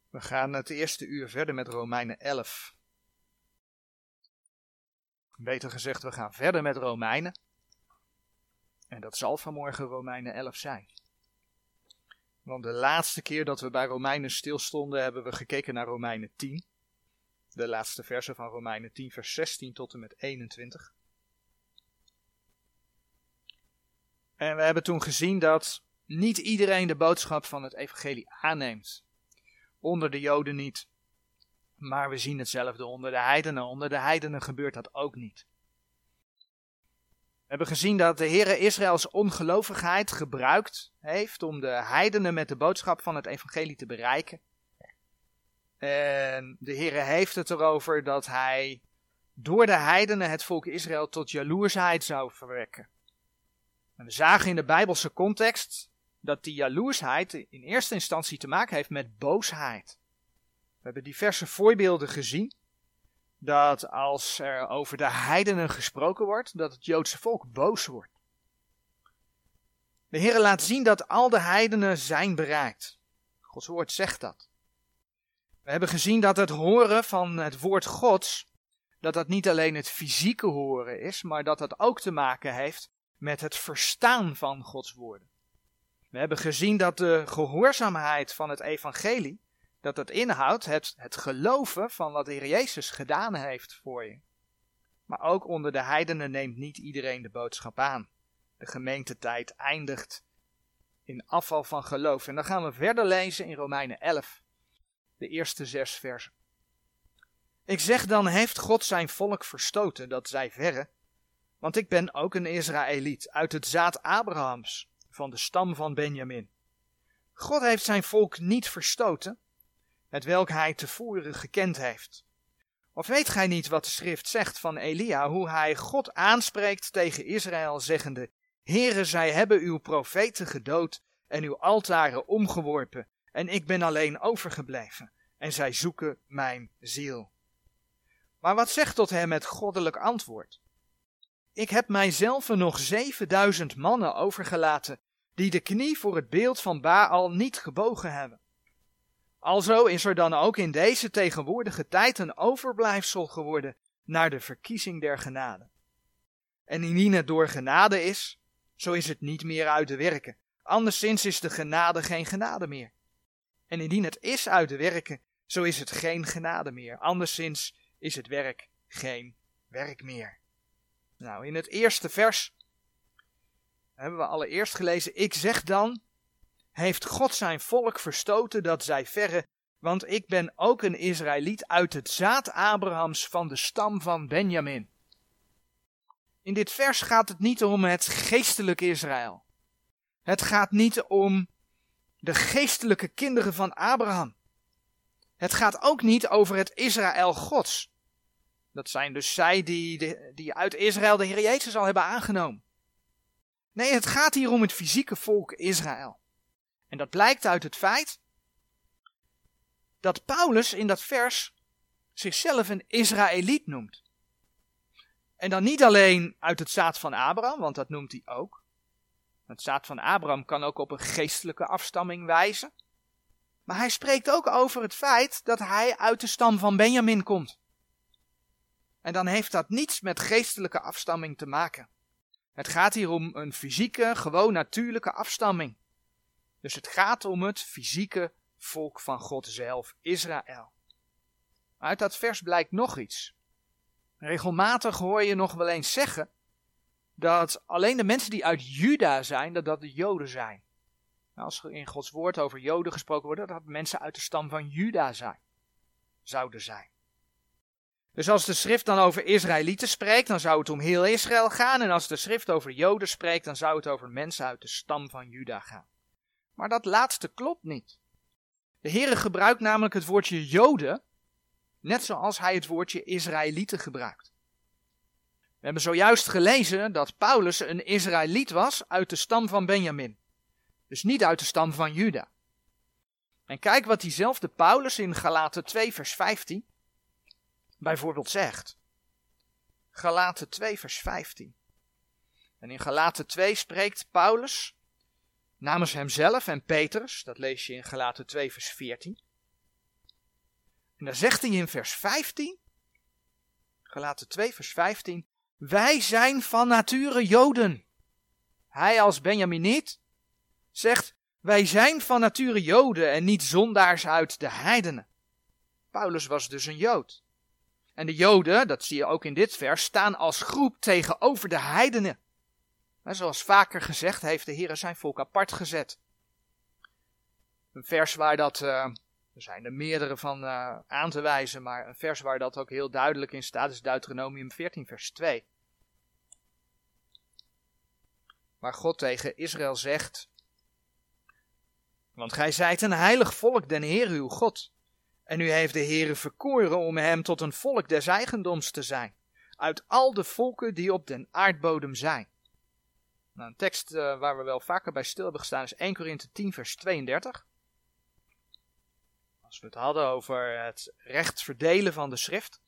We gaan het eerste uur verder met Romeinen 11. Beter gezegd, we gaan verder met Romeinen. En dat zal vanmorgen Romeinen 11 zijn. Want de laatste keer dat we bij Romeinen stilstonden, hebben we gekeken naar Romeinen 10. De laatste versen van Romeinen 10, vers 16 tot en met 21. En we hebben toen gezien dat niet iedereen de boodschap van het evangelie aanneemt. Onder de Joden niet. Maar we zien hetzelfde onder de heidenen. Onder de heidenen gebeurt dat ook niet. We hebben gezien dat de Heere Israëls ongelovigheid gebruikt heeft om de heidenen met de boodschap van het evangelie te bereiken. En de Heere heeft het erover dat hij door de heidenen het volk Israël tot jaloersheid zou verwekken. En we zagen in de Bijbelse context dat die jaloersheid in eerste instantie te maken heeft met boosheid. We hebben diverse voorbeelden gezien dat als er over de heidenen gesproken wordt, dat het Joodse volk boos wordt. De Heere laat zien dat al de heidenen zijn bereikt. Gods woord zegt dat. We hebben gezien dat het horen van het woord Gods, dat dat niet alleen het fysieke horen is, maar dat dat ook te maken heeft met het verstaan van Gods woorden. We hebben gezien dat de gehoorzaamheid van het evangelie, dat het inhoudt het geloven van wat de Heer Jezus gedaan heeft voor je. Maar ook onder de heidenen neemt niet iedereen de boodschap aan. De gemeentetijd eindigt in afval van geloof. En dan gaan we verder lezen in Romeinen 11, de eerste 6 versen. Ik zeg dan, heeft God zijn volk verstoten, dat zij verre? Want ik ben ook een Israëliet, uit het zaad Abrahams, van de stam van Benjamin. God heeft zijn volk niet verstoten, hetwelk hij tevoren gekend heeft. Of weet gij niet wat de schrift zegt van Elia, hoe hij God aanspreekt tegen Israël, zeggende, Heere, zij hebben uw profeten gedood en uw altaren omgeworpen, en ik ben alleen overgebleven, en zij zoeken mijn ziel. Maar wat zegt tot hem het goddelijk antwoord? Ik heb mijzelf nog 7000 mannen overgelaten, die de knie voor het beeld van Baal niet gebogen hebben. Alzo is er dan ook in deze tegenwoordige tijd een overblijfsel geworden naar de verkiezing der genade. En indien het door genade is, zo is het niet meer uit de werken. Anderszins is de genade geen genade meer. En indien het is uit de werken, zo is het geen genade meer. Anderszins is het werk geen werk meer. Nou, in het eerste vers hebben we allereerst gelezen, ik zeg dan, heeft God zijn volk verstoten dat zij verre, want ik ben ook een Israëliet uit het zaad Abrahams van de stam van Benjamin. In dit vers gaat het niet om het geestelijke Israël. Het gaat niet om de geestelijke kinderen van Abraham. Het gaat ook niet over het Israël Gods. Dat zijn dus zij die uit Israël de Heer Jezus al hebben aangenomen. Nee, het gaat hier om het fysieke volk Israël. En dat blijkt uit het feit dat Paulus in dat vers zichzelf een Israëliet noemt. En dan niet alleen uit het zaad van Abraham, want dat noemt hij ook. Het zaad van Abraham kan ook op een geestelijke afstamming wijzen. Maar hij spreekt ook over het feit dat hij uit de stam van Benjamin komt. En dan heeft dat niets met geestelijke afstamming te maken. Het gaat hier om een fysieke, gewoon natuurlijke afstamming. Dus het gaat om het fysieke volk van God zelf, Israël. Uit dat vers blijkt nog iets. Regelmatig hoor je nog wel eens zeggen dat alleen de mensen die uit Juda zijn, dat de Joden zijn. Nou, als er in Gods woord over Joden gesproken wordt, dat mensen uit de stam van Juda zouden zijn. Dus als de schrift dan over Israëlieten spreekt, dan zou het om heel Israël gaan. En als de schrift over Joden spreekt, dan zou het over mensen uit de stam van Juda gaan. Maar dat laatste klopt niet. De Heere gebruikt namelijk het woordje Joden, net zoals hij het woordje Israëlieten gebruikt. We hebben zojuist gelezen dat Paulus een Israëliet was uit de stam van Benjamin. Dus niet uit de stam van Juda. En kijk wat diezelfde Paulus in Galaten 2 vers 15 bijvoorbeeld zegt. Galaten 2 vers 15. En in Galaten 2 spreekt Paulus namens hemzelf en Petrus, dat lees je in Galaten 2 vers 14. En dan zegt hij in vers 15, Galaten 2 vers 15, wij zijn van nature Joden. Hij als Benjaminiet zegt, wij zijn van nature Joden en niet zondaars uit de heidenen. Paulus was dus een Jood. En de Joden, dat zie je ook in dit vers, staan als groep tegenover de heidenen. En zoals vaker gezegd heeft de Heer zijn volk apart gezet. Een vers waar dat, er zijn er meerdere van aan te wijzen, maar een vers waar dat ook heel duidelijk in staat is Deuteronomium 14 vers 2. Waar God tegen Israël zegt, want gij zijt een heilig volk den Heer uw God. En u heeft de Heere verkoren om hem tot een volk des eigendoms te zijn, uit al de volken die op den aardbodem zijn. Nou, een tekst waar we wel vaker bij stil hebben gestaan is 1 Korinthe 10 vers 32. Als we het hadden over het recht verdelen van de schrift.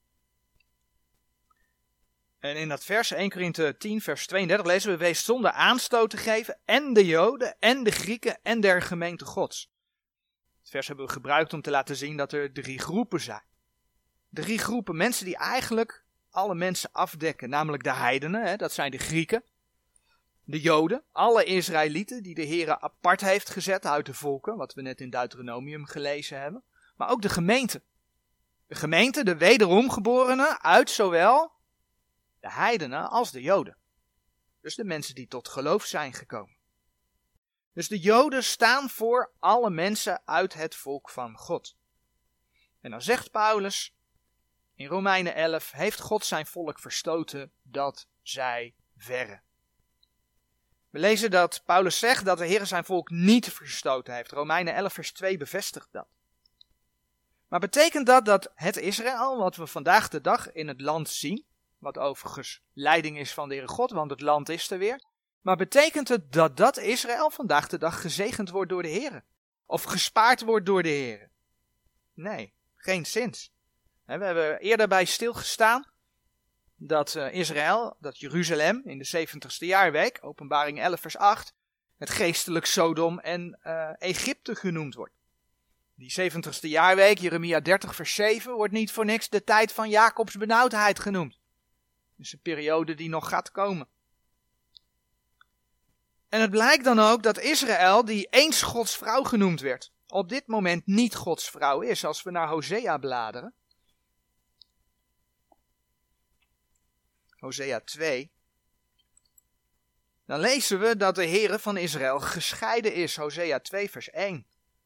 En in dat vers 1 Korinthe 10 vers 32 lezen we, wees zonder aanstoot te geven en de Joden en de Grieken en der gemeente Gods. Het vers hebben we gebruikt om te laten zien dat er 3 groepen zijn. 3 groepen mensen die eigenlijk alle mensen afdekken, namelijk de heidenen, dat zijn de Grieken. De Joden, alle Israëlieten die de Heere apart heeft gezet uit de volken, wat we net in Deuteronomium gelezen hebben. Maar ook de gemeente. De gemeente, de wederomgeborenen uit zowel de heidenen als de Joden. Dus de mensen die tot geloof zijn gekomen. Dus de Joden staan voor alle mensen uit het volk van God. En dan zegt Paulus in Romeinen 11, heeft God zijn volk verstoten dat zij verre. We lezen dat Paulus zegt dat de Heer zijn volk niet verstoten heeft. Romeinen 11 vers 2 bevestigt dat. Maar betekent dat het Israël, wat we vandaag de dag in het land zien, wat overigens leiding is van de Heere God, want het land is er weer. Maar betekent het dat Israël vandaag de dag gezegend wordt door de Heere? Of gespaard wordt door de Heere? Nee, geen zins. We hebben eerder bij stilgestaan dat Israël, dat Jeruzalem in de 70ste jaarweek, Openbaring 11 vers 8, het geestelijk Sodom en Egypte genoemd wordt. Die 70ste jaarweek, Jeremia 30 vers 7, wordt niet voor niks de tijd van Jacobs benauwdheid genoemd. Dus een periode die nog gaat komen. En het blijkt dan ook dat Israël, die eens Gods vrouw genoemd werd, op dit moment niet Gods vrouw is. Als we naar Hosea bladeren. Hosea 2. Dan lezen we dat de Heere van Israël gescheiden is. Hosea 2 vers 1.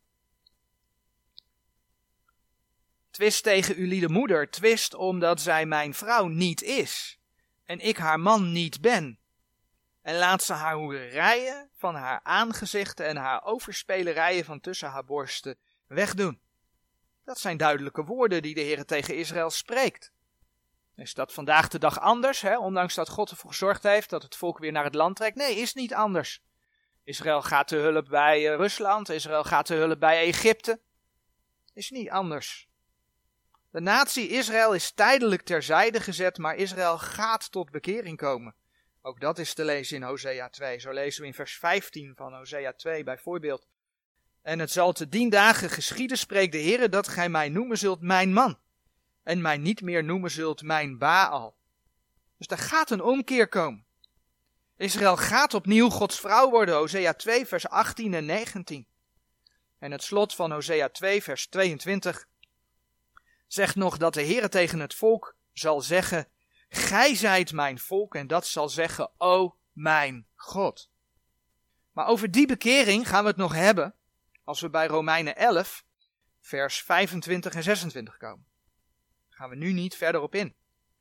Twist tegen uw liede moeder, twist omdat zij mijn vrouw niet is. En ik haar man niet ben. En laat ze haar hoererijen van haar aangezicht en haar overspelerijen van tussen haar borsten wegdoen. Dat zijn duidelijke woorden die de Heer tegen Israël spreekt. Is dat vandaag de dag anders, ondanks dat God ervoor gezorgd heeft dat het volk weer naar het land trekt? Nee, is niet anders. Israël gaat te hulp bij Rusland, Israël gaat te hulp bij Egypte. Is niet anders. De natie Israël is tijdelijk terzijde gezet, maar Israël gaat tot bekering komen. Ook dat is te lezen in Hosea 2. Zo lezen we in vers 15 van Hosea 2 bijvoorbeeld. En het zal te dien dagen geschieden, spreekt de Heere, dat gij mij noemen zult mijn man. En mij niet meer noemen zult mijn Baal. Dus er gaat een omkeer komen. Israël gaat opnieuw Gods vrouw worden. Hosea 2 vers 18 en 19. En het slot van Hosea 2 vers 22 zegt nog dat de Heere tegen het volk zal zeggen, gij zijt mijn volk, en dat zal zeggen, o mijn God. Maar over die bekering gaan we het nog hebben als we bij Romeinen 11 vers 25 en 26 komen. Daar gaan we nu niet verder op in.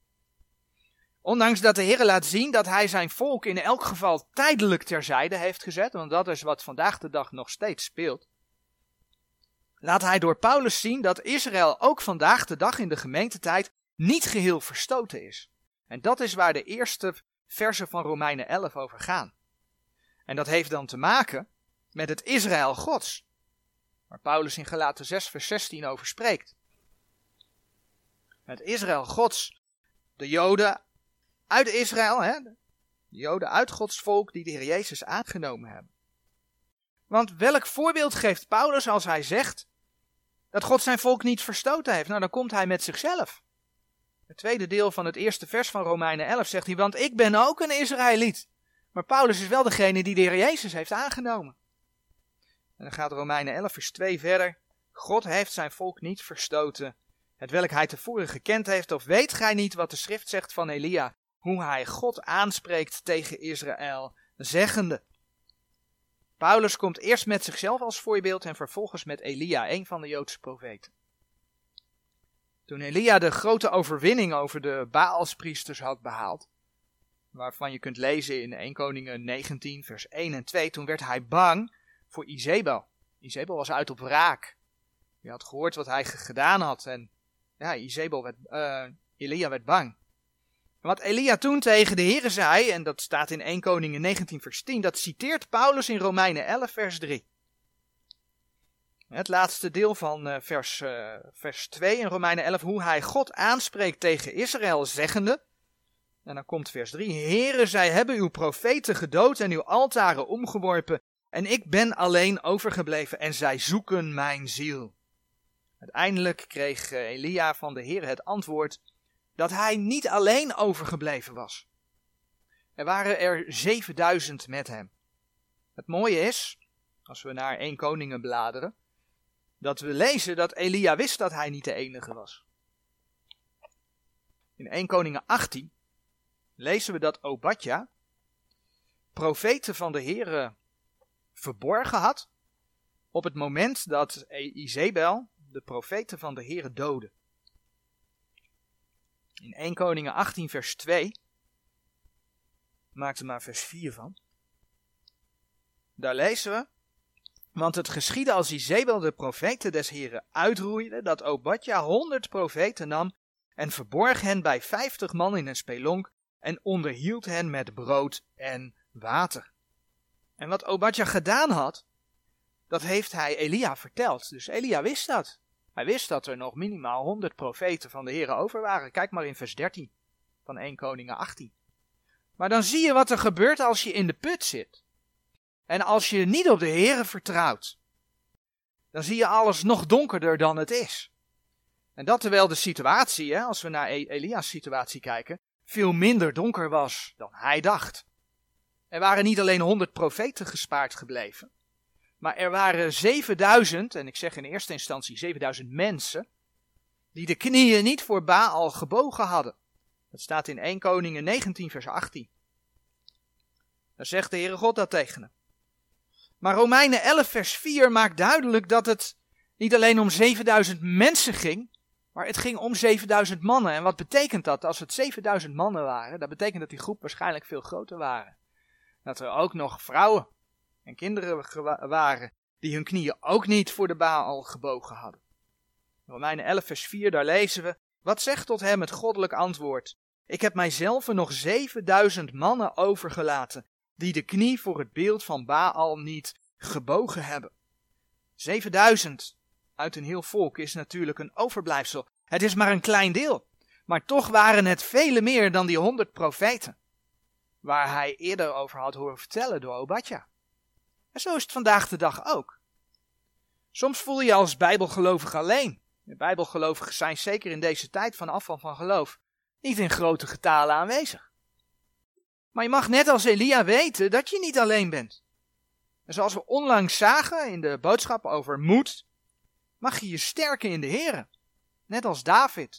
Ondanks dat de Heere laat zien dat hij zijn volk in elk geval tijdelijk terzijde heeft gezet, want dat is wat vandaag de dag nog steeds speelt, laat hij door Paulus zien dat Israël ook vandaag de dag in de gemeentetijd niet geheel verstoten is. En dat is waar de eerste versen van Romeinen 11 over gaan. En dat heeft dan te maken met het Israël Gods, waar Paulus in Galaten 6 vers 16 over spreekt. Het Israël Gods, de Joden uit Israël, de Joden uit Gods volk die de Heer Jezus aangenomen hebben. Want welk voorbeeld geeft Paulus als hij zegt Dat God zijn volk niet verstoten heeft. Nou, dan komt hij met zichzelf. Het tweede deel van het eerste vers van Romeinen 11 zegt hij, want ik ben ook een Israëliet. Maar Paulus is wel degene die de Heer Jezus heeft aangenomen. En dan gaat Romeinen 11 vers 2 verder. God heeft zijn volk niet verstoten, hetwelk hij tevoren gekend heeft. Of weet gij niet wat de schrift zegt van Elia, hoe hij God aanspreekt tegen Israël, zeggende. Paulus komt eerst met zichzelf als voorbeeld en vervolgens met Elia, een van de Joodse profeten. Toen Elia de grote overwinning over de Baalspriesters had behaald, waarvan je kunt lezen in 1 Koningen 19 vers 1 en 2, toen werd hij bang voor Izebel. Izebel was uit op wraak. Je had gehoord wat hij gedaan had en ja, Elia werd bang. En wat Elia toen tegen de Heere zei, en dat staat in 1 Koningen 19 vers 10, dat citeert Paulus in Romeinen 11 vers 3. Het laatste deel van vers 2 in Romeinen 11, hoe hij God aanspreekt tegen Israël, zeggende, en dan komt vers 3, Heere, zij hebben uw profeten gedood en uw altaren omgeworpen, en ik ben alleen overgebleven en zij zoeken mijn ziel. Uiteindelijk kreeg Elia van de Heere het antwoord dat hij niet alleen overgebleven was. Er waren er 7000 met hem. Het mooie is, als we naar 1 Koningen bladeren, dat we lezen dat Elia wist dat hij niet de enige was. In 1 Koningen 18 lezen we dat Obadja profeten van de Heere verborgen had op het moment dat Izebel de profeten van de Heere doodde. In 1 Koningen 18 vers 2, maak er maar vers 4 van. Daar lezen we, want het geschiedde als Izebel de profeten des Heeren uitroeide, dat Obadja 100 profeten nam en verborg hen bij 50 man in een spelonk en onderhield hen met brood en water. En wat Obadja gedaan had, dat heeft hij Elia verteld. Dus Elia wist dat. Hij wist dat er nog minimaal 100 profeten van de Heere over waren. Kijk maar in vers 13 van 1 Koningen 18. Maar dan zie je wat er gebeurt als je in de put zit. En als je niet op de Heere vertrouwt. Dan zie je alles nog donkerder dan het is. En dat terwijl de situatie, als we naar Elia's situatie kijken, veel minder donker was dan hij dacht. Er waren niet alleen 100 profeten gespaard gebleven. Maar er waren 7000, en ik zeg in eerste instantie 7000 mensen, die de knieën niet voor Baal gebogen hadden. Dat staat in 1 Koningen 19 vers 18. Daar zegt de Heere God dat tegen hem. Maar Romeinen 11 vers 4 maakt duidelijk dat het niet alleen om 7000 mensen ging, maar het ging om 7000 mannen. En wat betekent dat? Als het 7000 mannen waren, dat betekent dat die groep waarschijnlijk veel groter waren. Dat er ook nog vrouwen en kinderen waren die hun knieën ook niet voor de Baal gebogen hadden. Romeinen 11 vers 4, daar lezen we, wat zegt tot hem het goddelijk antwoord? Ik heb mijzelf nog 7000 mannen overgelaten, die de knie voor het beeld van Baal niet gebogen hebben. 7000 uit een heel volk is natuurlijk een overblijfsel. Het is maar een klein deel, maar toch waren het vele meer dan die 100 profeten, waar hij eerder over had horen vertellen door Obadja. En zo is het vandaag de dag ook. Soms voel je als bijbelgelovig alleen. De bijbelgelovigen zijn zeker in deze tijd van afval van geloof niet in grote getalen aanwezig. Maar je mag net als Elia weten dat je niet alleen bent. En zoals we onlangs zagen in de boodschap over moed, mag je je sterken in de Heere. Net als David,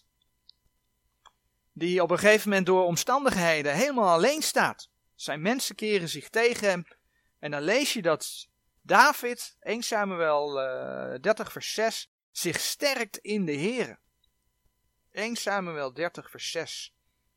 die op een gegeven moment door omstandigheden helemaal alleen staat. Zijn mensen keren zich tegen hem. En dan lees je dat David, 1 Samuel 30 vers 6, zich sterkt in de Heere. 1 Samuel 30 vers 6.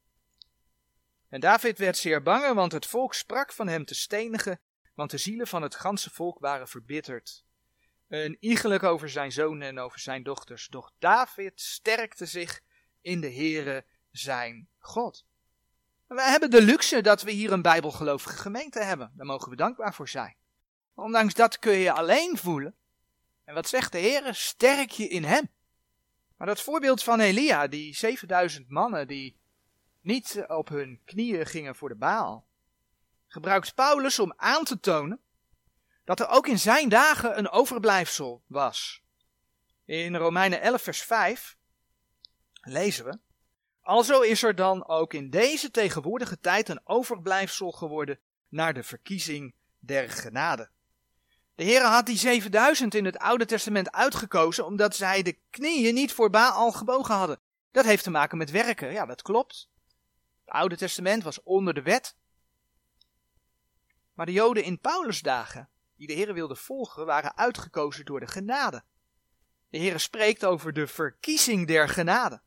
En David werd zeer bang, want het volk sprak van hem te stenigen, want de zielen van het ganse volk waren verbitterd. En iegelijk over zijn zonen en over zijn dochters. Doch David sterkte zich in de Heere zijn God. En wij hebben de luxe dat we hier een bijbelgelovige gemeente hebben. Daar mogen we dankbaar voor zijn. Maar ondanks dat kun je alleen voelen. En wat zegt de Heere? Sterk je in hem. Maar dat voorbeeld van Elia, die 7000 mannen die niet op hun knieën gingen voor de Baal, gebruikt Paulus om aan te tonen dat er ook in zijn dagen een overblijfsel was. In Romeinen 11 vers 5 lezen we: alzo is er dan ook in deze tegenwoordige tijd een overblijfsel geworden naar de verkiezing der genade. De Heere had die 7000 in het Oude Testament uitgekozen omdat zij de knieën niet voor Baal gebogen hadden. Dat heeft te maken met werken, ja dat klopt. Het Oude Testament was onder de wet. Maar de Joden in Paulus' dagen, die de Heere wilden volgen, waren uitgekozen door de genade. De Heere spreekt over de verkiezing der genade.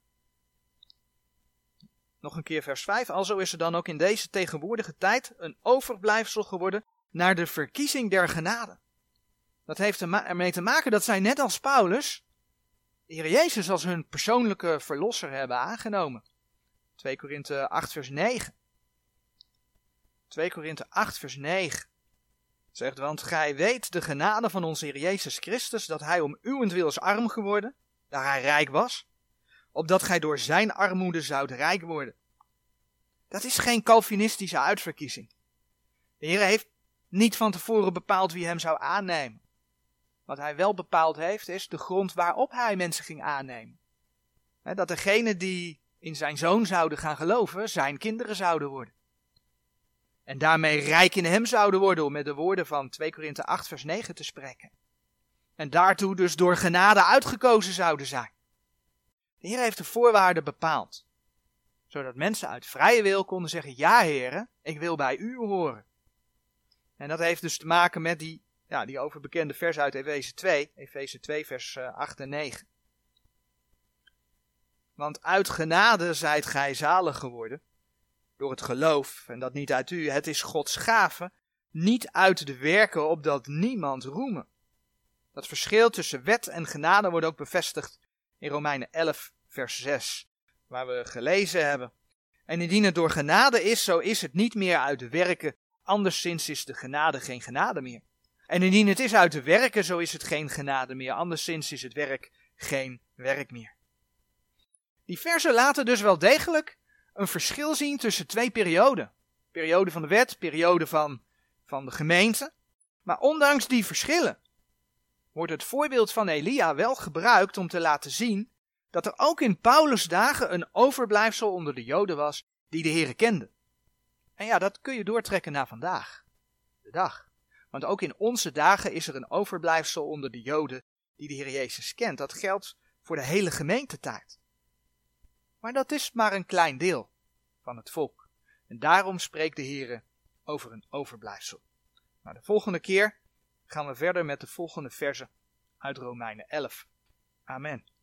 Nog een keer vers 5. Alzo is er dan ook in deze tegenwoordige tijd een overblijfsel geworden naar de verkiezing der genade. Dat heeft ermee te maken dat zij net als Paulus de Heer Jezus als hun persoonlijke verlosser hebben aangenomen. 2 Korinthe 8 vers 9. 2 Korinthe 8 vers 9. Zegt, want gij weet de genade van onze Heer Jezus Christus, dat hij om uwentwil is arm geworden, daar hij rijk was, opdat gij door zijn armoede zoudt rijk worden. Dat is geen Calvinistische uitverkiezing. De Heer heeft niet van tevoren bepaald wie hem zou aannemen. Wat hij wel bepaald heeft, is de grond waarop hij mensen ging aannemen. Dat degenen die in zijn zoon zouden gaan geloven, zijn kinderen zouden worden. En daarmee rijk in hem zouden worden, om met de woorden van 2 Korinthe 8 vers 9 te spreken. En daartoe dus door genade uitgekozen zouden zijn. De Heer heeft de voorwaarden bepaald. Zodat mensen uit vrije wil konden zeggen, ja Heere, ik wil bij u horen. En dat heeft dus te maken met die overbekende vers uit Efeze 2 vers 8 en 9. Want uit genade zijt gij zalig geworden, door het geloof, en dat niet uit u, het is Gods gave, niet uit de werken, opdat niemand roeme. Dat verschil tussen wet en genade wordt ook bevestigd in Romeinen 11 vers 6, waar we gelezen hebben. En indien het door genade is, zo is het niet meer uit de werken, anderszins is de genade geen genade meer. En indien het is uit de werken, zo is het geen genade meer, anderszins is het werk geen werk meer. Die versen laten dus wel degelijk een verschil zien tussen twee perioden. Periode van de wet, periode van de gemeente. Maar ondanks die verschillen wordt het voorbeeld van Elia wel gebruikt om te laten zien dat er ook in Paulus' dagen een overblijfsel onder de Joden was die de Heere kende. En ja, dat kun je doortrekken naar vandaag, de dag. Want ook in onze dagen is er een overblijfsel onder de Joden die de Heer Jezus kent. Dat geldt voor de hele gemeentetijd. Maar dat is maar een klein deel van het volk. En daarom spreekt de Heer over een overblijfsel. Maar de volgende keer gaan we verder met de volgende versen uit Romeinen 11. Amen.